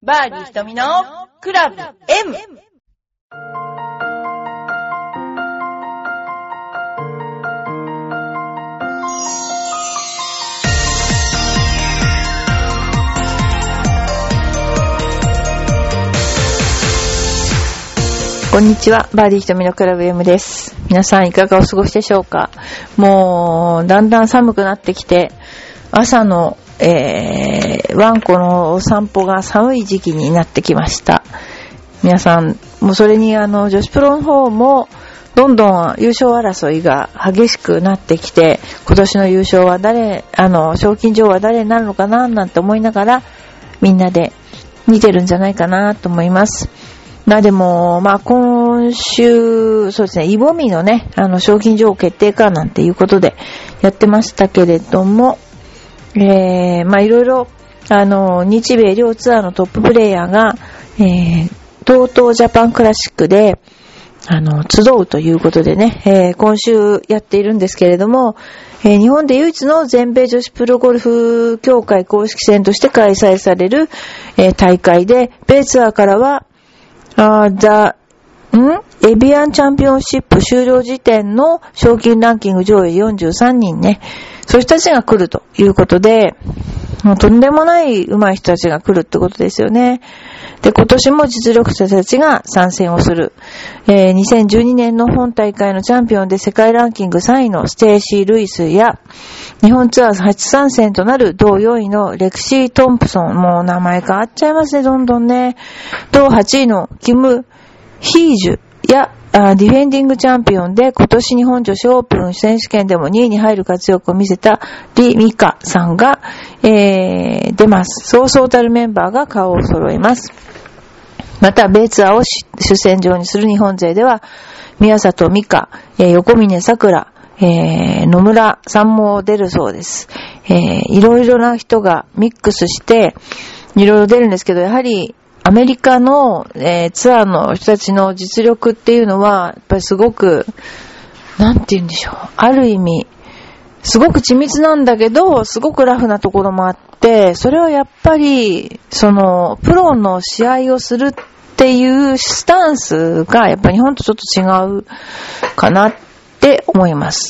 バーディー瞳のクラブ M。こんにちは、バーディー瞳のクラブ M です。皆さんいかがお過ごしでしょうか。もうだんだん寒くなってきて、朝のワンコのお散歩が寒い時期になってきました。皆さんもうそれに女子プロの方もどんどん優勝争いが激しくなってきて、今年の優勝は賞金女王は誰になるのかななんて思いながらみんなで見てるんじゃないかなと思います。でも今週そうですね、イボミのね賞金女王決定かなんていうことでやってましたけれども、いろいろ日米両ツアーのトッププレイヤーが、TOTOジャパンクラシックで集うということでね、今週やっているんですけれども、日本で唯一の全米女子プロゴルフ協会公式戦として開催される、大会で、米ツアーからはエビアンチャンピオンシップ終了時点の賞金ランキング上位43人ね、そういう人たちが来るということで、もうとんでもない上手い人たちが来るってことですよね。で、今年も実力者たちが参戦をする。2012年の本大会のチャンピオンで世界ランキング3位のステイシー・ルイスや、日本ツアー初参戦となる同4位のレクシー・トンプソン、もう名前変わっちゃいますね、どんどんね。同8位のキム・ヒージュや、ディフェンディングチャンピオンで今年日本女子オープン選手権でも2位に入る活躍を見せたリ・ミカさんが、出ます。そうそうたるメンバーが顔を揃えます。また、米ツアーを主戦場にする日本勢では、宮里美香、横峯さくら、野村さんも出るそうです。いろいろな人がミックスして、いろいろ出るんですけど、やはり、アメリカの、ツアーの人たちの実力っていうのは、やっぱりすごく、なんて言うんでしょう。ある意味、すごく緻密なんだけど、すごくラフなところもあって、それはやっぱり、プロの試合をするっていうスタンスが、やっぱり日本とちょっと違うかなって思います。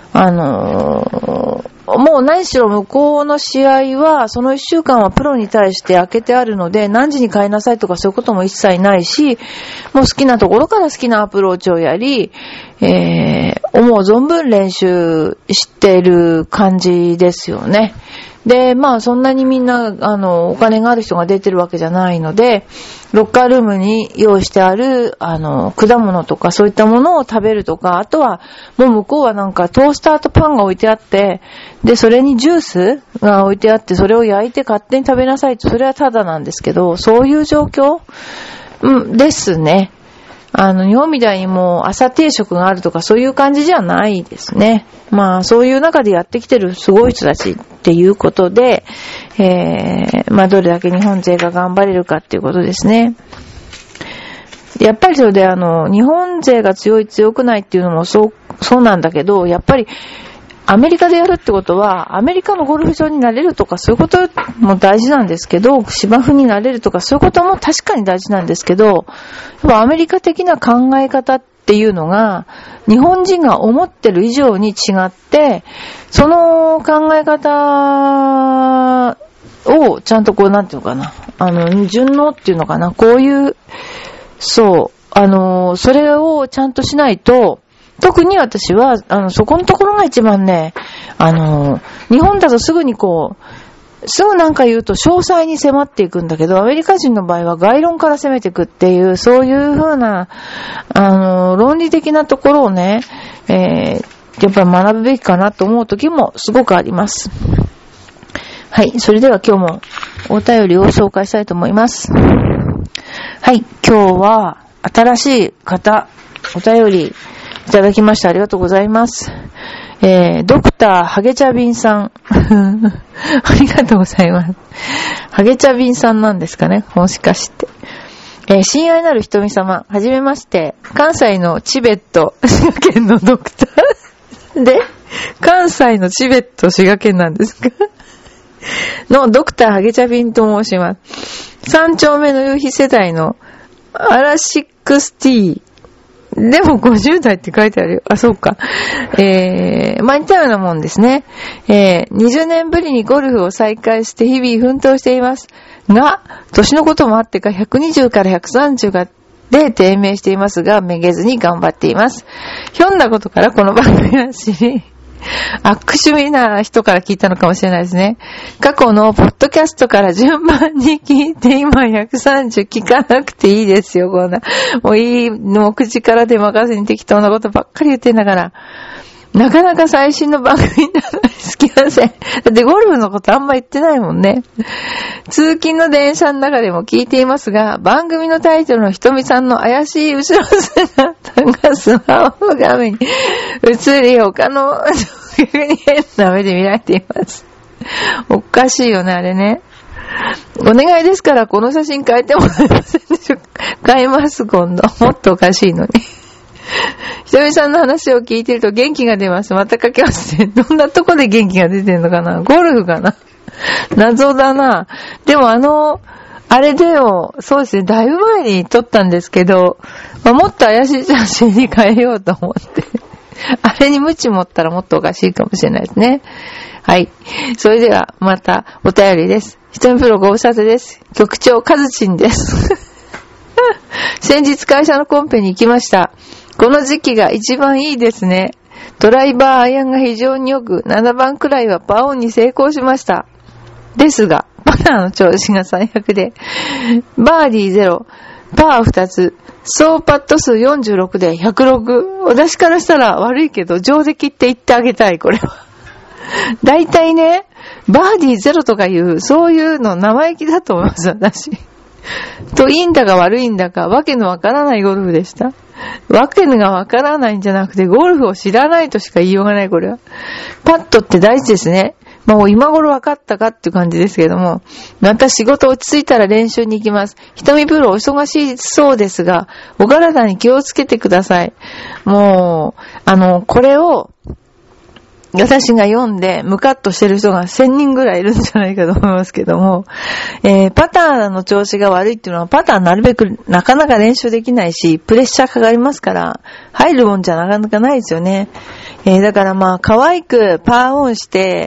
もう何しろ向こうの試合は、その1週間はプロに対して開けてあるので、何時に帰りなさいとかそういうことも一切ないし、もう好きなところから好きなアプローチをやり、思う存分練習してる感じですよね。で、そんなにみんな、お金がある人が出てるわけじゃないので、ロッカールームに用意してある、果物とかそういったものを食べるとか、あとは、もう向こうはなんかトースターとパンが置いてあって、で、それにジュースが置いてあって、それを焼いて勝手に食べなさいと、それはタダなんですけど、そういう状況、ですね。日本みたいにもう朝定食があるとかそういう感じじゃないですね。そういう中でやってきてるすごい人たちっていうことで、どれだけ日本勢が頑張れるかっていうことですね。やっぱりそれで日本勢が強くないっていうのもそうなんだけど、やっぱりアメリカでやるってことは、アメリカのゴルフ場になれるとかそういうことも大事なんですけど、芝生になれるとかそういうことも確かに大事なんですけど、やっぱアメリカ的な考え方っていうのが、日本人が思ってる以上に違って、その考え方をちゃんとなんていうのかな、順応っていうのかな、こういう、それをちゃんとしないと、特に私は、そこのところが一番ね、日本だとすぐにすぐなんか言うと詳細に迫っていくんだけど、アメリカ人の場合は概論から攻めていくっていう、そういう風な、論理的なところをね、やっぱり学ぶべきかなと思う時もすごくあります。はい、それでは今日もお便りを紹介したいと思います。はい、今日は新しい方、お便り、いただきましてありがとうございます。ドクターハゲチャビンさん。ありがとうございます。ハゲチャビンさんなんですかね、もしかして。親愛なる瞳様、はじめまして。関西のチベット、滋賀県のドクター。で、関西のチベット、滋賀県なんですかのドクターハゲチャビンと申します。 3丁目の夕日世代のアラシックスティー。でも50代って書いてあるよ。あ、そうか。まあ、似たようなもんですね。20年ぶりにゴルフを再開して日々奮闘しています。が、年のこともあってか120から130で低迷していますが、めげずに頑張っています。ひょんなことからこの番組は知り、悪趣味な人から聞いたのかもしれないですね。過去のポッドキャストから順番に聞いて、今130聞かなくていいですよ、こんな。もういい、もう口から出任せに適当なことばっかり言ってんだから。なかなか最新の番組にならない好きません。だってゴルフのことあんま言ってないもんね。通勤の電車の中でも聞いていますが、番組のタイトルのひとみさんの怪しい後ろ姿がスマホ画面に映り、他の逆に変な目で見られています。おかしいよね、あれね。お願いですからこの写真変えてもらえませんでしょうか。変えます、今度。もっとおかしいのに。ひとみさんの話を聞いてると元気が出ます。またかけますね。どんなとこで元気が出てんのかな。ゴルフかな。謎だな。でもあれでも、そうですね、だいぶ前に撮ったんですけど、まあ、もっと怪しい写真に変えようと思って。あれに無知持ったらもっとおかしいかもしれないですね。はい。それでは、またお便りです。ひとみプロご無沙汰です。局長、カズチンです。先日会社のコンペに行きました。この時期が一番いいですね。ドライバーアイアンが非常に良く、7番くらいはパーオンに成功しました。ですが、パターの調子が最悪で、バーディー0、パー2つ、総パット数46で106。私からしたら悪いけど、上出来って言ってあげたい、これは。だいたいね、バーディー0とかいう、そういうの生意気だと思います、私。と、いいんだか悪いんだか、わけのわからないゴルフでした。わけがわからないんじゃなくて、ゴルフを知らないとしか言いようがない、これは。パットって大事ですね。もう今頃分かったかっていう感じですけども、また仕事落ち着いたら練習に行きます。ひとみプロお忙しいそうですが、お体に気をつけてください。もう、これを、私が読んで、ムカッとしてる人が1000人ぐらいいるんじゃないかと思いますけども、パターの調子が悪いっていうのは、パターなるべくなかなか練習できないし、プレッシャーかかりますから、入るもんじゃなかなかないですよね。だからまあ、可愛くパーオンして、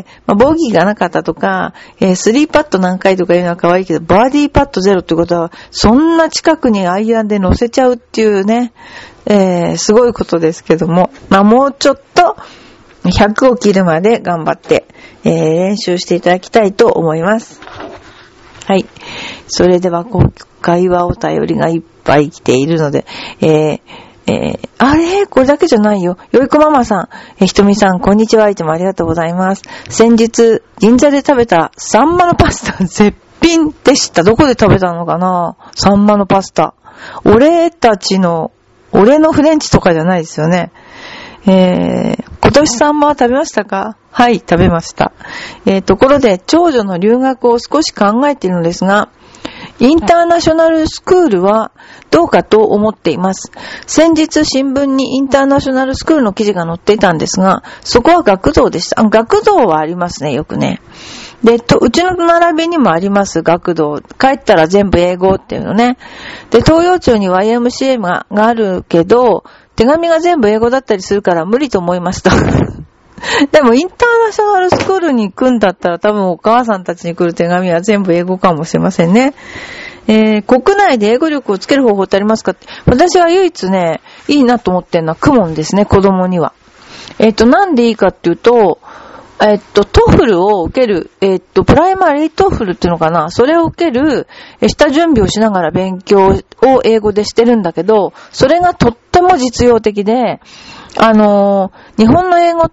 まあ、ボギーがなかったとか、3パット何回とかいうのは可愛いけど、バーディーパットゼロってことは、そんな近くにアイアンで乗せちゃうっていうね、すごいことですけども、まあもうちょっと、100を切るまで頑張って、練習していただきたいと思います。はい。それでは今回はお便りがいっぱい来ているので、あれこれだけじゃないよ。よいこママさん、ひとみさん、こんにちは。いつもありがとうございます。先日、銀座で食べたサンマのパスタ、絶品でした。どこで食べたのかな？サンマのパスタ。俺のフレンチとかじゃないですよね。今年サンマは食べましたか？はい、食べました。ところで、長女の留学を少し考えているのですが、インターナショナルスクールはどうかと思っています。先日新聞にインターナショナルスクールの記事が載っていたんですが、そこは学童でした。学童はありますね、よくね。で、うちの並びにもあります、学童。帰ったら全部英語っていうのね。で、東洋町に YMCA があるけど、手紙が全部英語だったりするから無理と思いました。でもインターナショナルスクールに行くんだったら多分お母さんたちに来る手紙は全部英語かもしれませんね。国内で英語力をつける方法ってありますかって。私は唯一ね、いいなと思ってるのはクモンですね、子供には。なんでいいかっていうと、トフルを受ける、プライマリートフルっていうのかな、それを受ける、下準備をしながら勉強を英語でしてるんだけど、それがとっても実用的で、日本の英語って、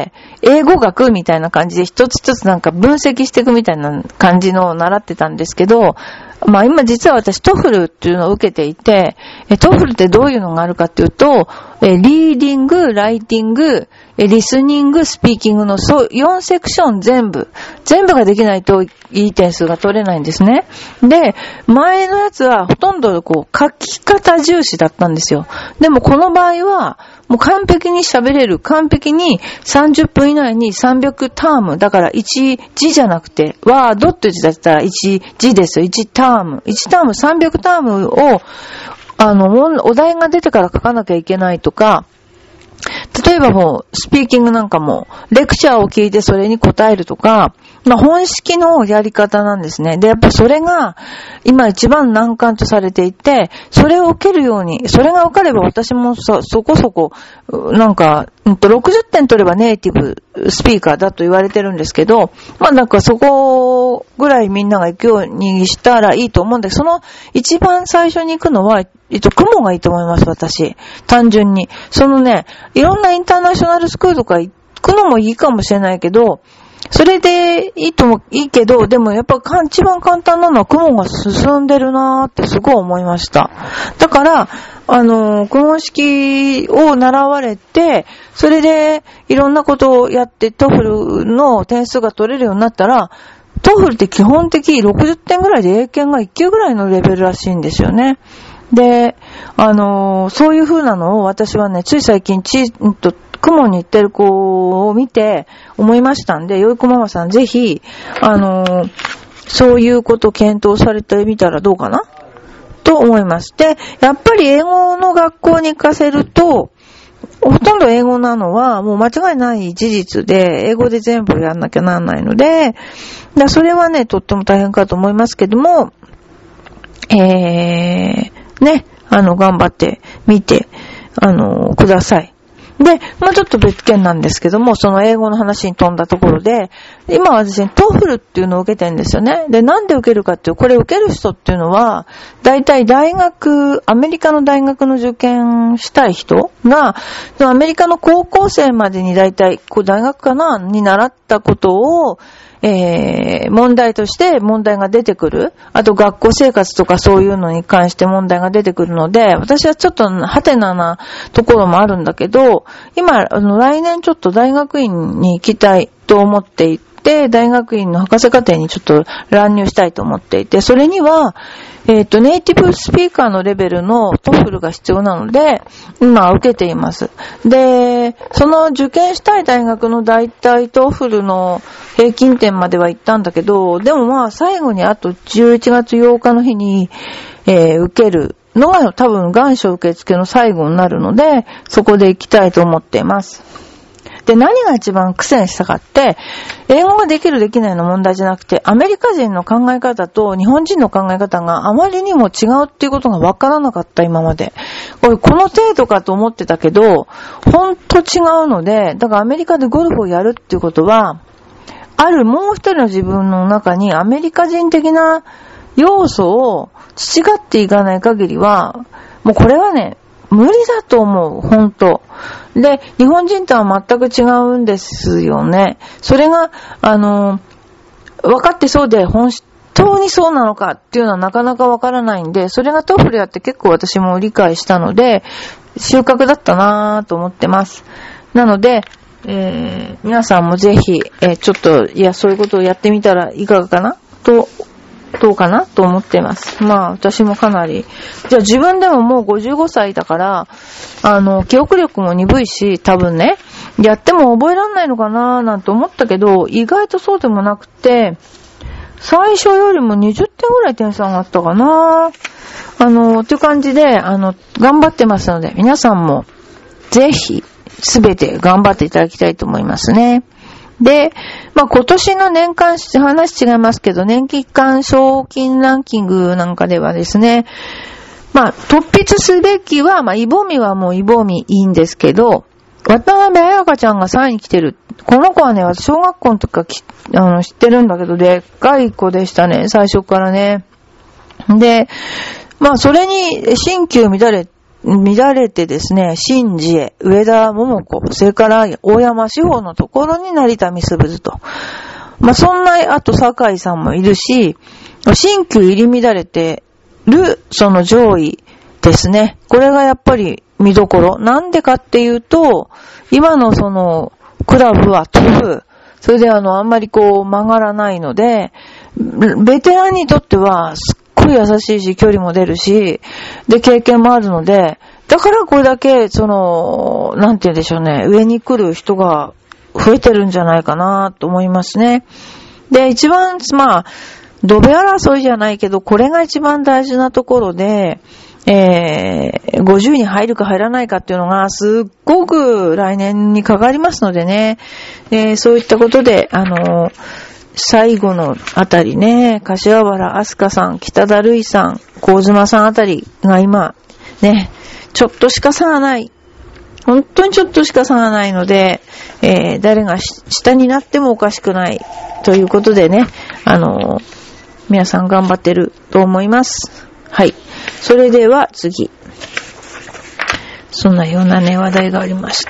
英語学みたいな感じで一つ一つなんか分析していくみたいな感じのを習ってたんですけど、まあ今実は私トフルっていうのを受けていて、トフルってどういうのがあるかっていうと、リーディング、ライティング、リスニング、スピーキングの4セクション全部ができないといい点数が取れないんですね。で、前のやつはほとんど書き方重視だったんですよ。でもこの場合は、もう完璧に喋れる。完璧に30分以内に300ターム。だから1字じゃなくて、ワードって字だったら1字ですよ。1タターム300タームを、お題が出てから書かなきゃいけないとか、例えばもう、スピーキングなんかも、レクチャーを聞いてそれに答えるとか、本式のやり方なんですね。で、やっぱそれが、今一番難関とされていて、それを受けるように、それが分かれば私もそこそこ、60点取ればネイティブスピーカーだと言われてるんですけど、そこぐらいみんなが行くようにしたらいいと思うんだけど、その一番最初に行くのは、雲がいいと思います、私。単純に。いろんなインターナショナルスクールとか行くのもいいかもしれないけど、それでいいけど、でもやっぱ一番簡単なのは雲が進んでるなーってすごい思いました。だから、雲式を習われて、それでいろんなことをやって、トフルの点数が取れるようになったら、トフルって基本的60点ぐらいで英検が1級ぐらいのレベルらしいんですよね。で、そういう風なのを私はね、つい最近雲に行ってる子を見て思いましたんで、よいこママさんぜひ、そういうことを検討されてみたらどうかなと思います。で、やっぱり英語の学校に行かせると、ほとんど英語なのはもう間違いない事実で、英語で全部やんなきゃならないので、それはね、とっても大変かと思いますけども、頑張ってみて、ください。で、ちょっと別件なんですけども、その英語の話に飛んだところで、今私ね、トフルっていうのを受けてるんですよね。で、なんで受けるかっていう、これ受ける人っていうのは、大体アメリカの大学の受験したい人が、アメリカの高校生までに大体、大学に習ったことを、問題として問題が出てくる。あと学校生活とかそういうのに関して問題が出てくるので、私はちょっとハテナなところもあるんだけど、今、来年ちょっと大学院に行きたいと思っていて、大学院の博士課程にちょっと乱入したいと思っていて、それには、ネイティブスピーカーのレベルのトフルが必要なので、今受けています。で、その受験したい大学の大体トフルの平均点までは行ったんだけど、でも最後にあと11月8日の日に、受けるのが多分願書受付の最後になるので、そこで行きたいと思っています。で、何が一番苦戦したかって、英語ができるできないの問題じゃなくて、アメリカ人の考え方と日本人の考え方があまりにも違うっていうことがわからなかった、今まで。この程度かと思ってたけど、ほんと違うので、だからアメリカでゴルフをやるっていうことは、もう一人の自分の中にアメリカ人的な要素を培っていかない限りは、もうこれはね、無理だと思う、ほんと。で、日本人とは全く違うんですよね。それが、分かってそうで、本当にそうなのかっていうのはなかなか分からないんで、それがトフルやって結構私も理解したので、収穫だったなぁと思ってます。なので、皆さんもぜひ、ちょっと、そういうことをやってみたらいかがかなと、どうかなと思っています。私もかなり。じゃあ自分でももう55歳だから、記憶力も鈍いし、多分ね、やっても覚えらんないのかななんて思ったけど、意外とそうでもなくて、最初よりも20点ぐらい点数上がったかなという感じで、頑張ってますので、皆さんも、ぜひ、すべて頑張っていただきたいと思いますね。で、今年の年間、話違いますけど、年間賞金ランキングなんかではですね、突筆すべきは、イボミはもうイボミいいんですけど、渡辺彩香ちゃんが3位に来てる。この子はね、小学校の時から知ってるんだけど、でっかい子でしたね、最初からね。で、それに、新旧乱れてですね、新次へ、上田桃子、それから大山志保のところに成田美鈴と。そんな、あと酒井さんもいるし、新旧入り乱れてる、その上位ですね。これがやっぱり見どころ。なんでかっていうと、今のその、クラブは飛ぶ。それであんまり曲がらないので、ベテランにとっては、すっごい優しいし、距離も出るし、で、経験もあるので、だからこれだけ、なんて言うんでしょうね、上に来る人が増えてるんじゃないかなと思いますね。で、一番、 ドベ争いじゃないけど、これが一番大事なところで、50に入るか入らないかっていうのがすっごく来年にかかりますのでね、そういったことで、最後のあたりね、柏原明日香さん、北田瑠衣さん、香妻さんあたりが今、ね、ちょっとしか差がない。本当にちょっとしか差がないので、誰が下になってもおかしくないということでね、皆さん頑張ってると思います。はい。それでは次。そんなようなね、話題がありました。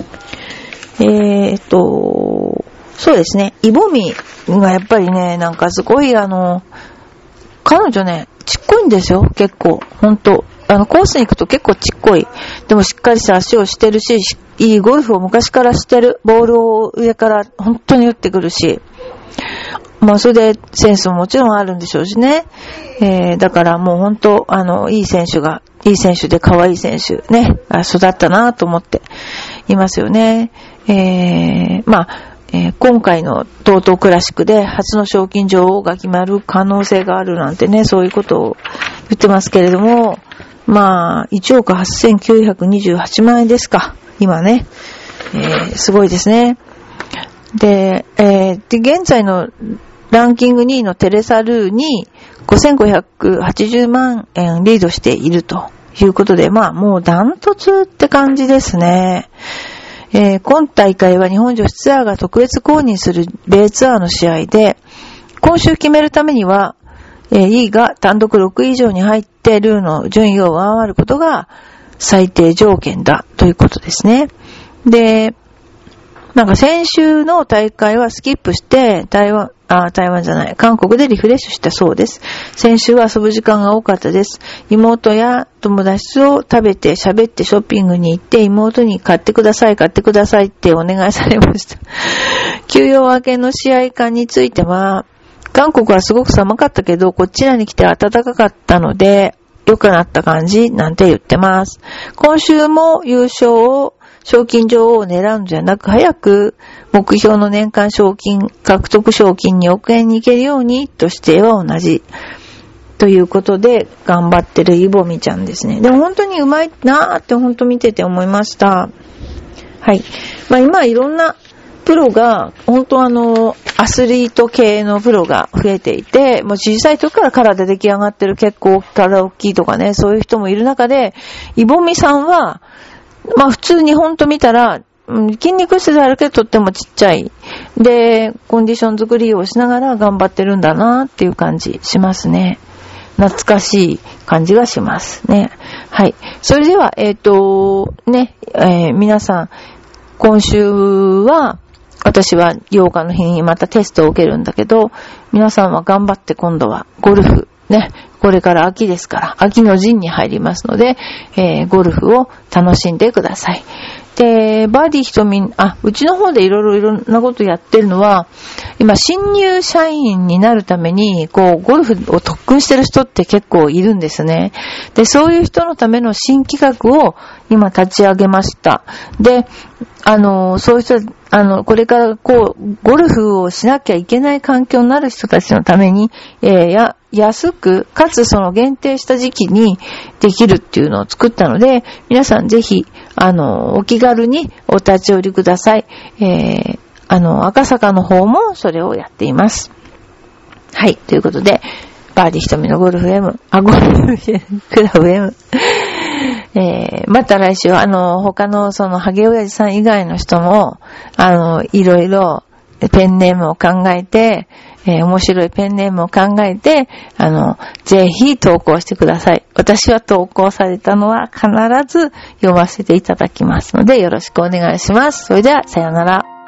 そうですね。イボミがやっぱりね、なんかすごい彼女ね、ちっこいんですよ、結構。ほんと。コースに行くと結構ちっこい。でもしっかりした足をしてるし、いいゴルフを昔からしてる。ボールを上から本当に打ってくるし。まあそれでセンスももちろんあるんでしょうしね。だからもう本当、いい選手で可愛い選手ね、育ったなと思っていますよね。まあ、今回のTOTOクラシックで初の賞金女王が決まる可能性があるなんてね、そういうことを言ってますけれども、まあ、1億8928万円ですか、今ね。すごいですね。で、現在のランキング2位のテレサ・ルーに5580万円リードしているということで、まあ、もうダントツって感じですね。今大会は日本女子ツアーが特別公認する米ツアーの試合で、今週決めるためには、E が単独6位以上に入ってルーの順位を上回ることが最低条件だということですね。で、なんか先週の大会はスキップして韓国でリフレッシュしたそうです。先週は遊ぶ時間が多かったです。妹や友達と食べて喋ってショッピングに行って妹に買ってくださいってお願いされました。休養明けの試合間については、韓国はすごく寒かったけど、こちらに来て暖かかったので、良くなった感じなんて言ってます。今週も賞金女王を狙うんじゃなく、早く目標の年間獲得賞金2億円に行けるようにとしては同じ。ということで、頑張ってるイボミちゃんですね。でも本当に上手いなーって本当見てて思いました。はい。まあ今いろんなプロが、本当アスリート系のプロが増えていて、もう小さい時から体出来上がってる結構体大きいとかね、そういう人もいる中で、イボミさんは、まあ普通日本と見たら、筋肉質であるけどとってもちっちゃい。で、コンディション作りをしながら頑張ってるんだなっていう感じしますね。懐かしい感じがしますね。はい。それでは、皆さん、今週は、私は8日の日にまたテストを受けるんだけど、皆さんは頑張って今度はゴルフ、ね。これから秋ですから、秋の陣に入りますので、ゴルフを楽しんでください。で、バーディーひとみ、うちの方でいろんなことやってるのは、今、新入社員になるために、ゴルフを特訓してる人って結構いるんですね。で、そういう人のための新企画を今立ち上げました。で、そういう人、これからゴルフをしなきゃいけない環境になる人たちのために、安く、かつその限定した時期にできるっていうのを作ったので、皆さんぜひ、お気軽にお立ち寄りください。赤坂の方もそれをやっています。はい、ということで、バーディーひとみのゴルフ M、ゴルフクラブ M。また来週、他のそのハゲ親父さん以外の人も、いろいろペンネームを考えて、面白いペンネームを考えて、ぜひ投稿してください。私は投稿されたのは必ず読ませていただきますので、よろしくお願いします。それでは、さよなら。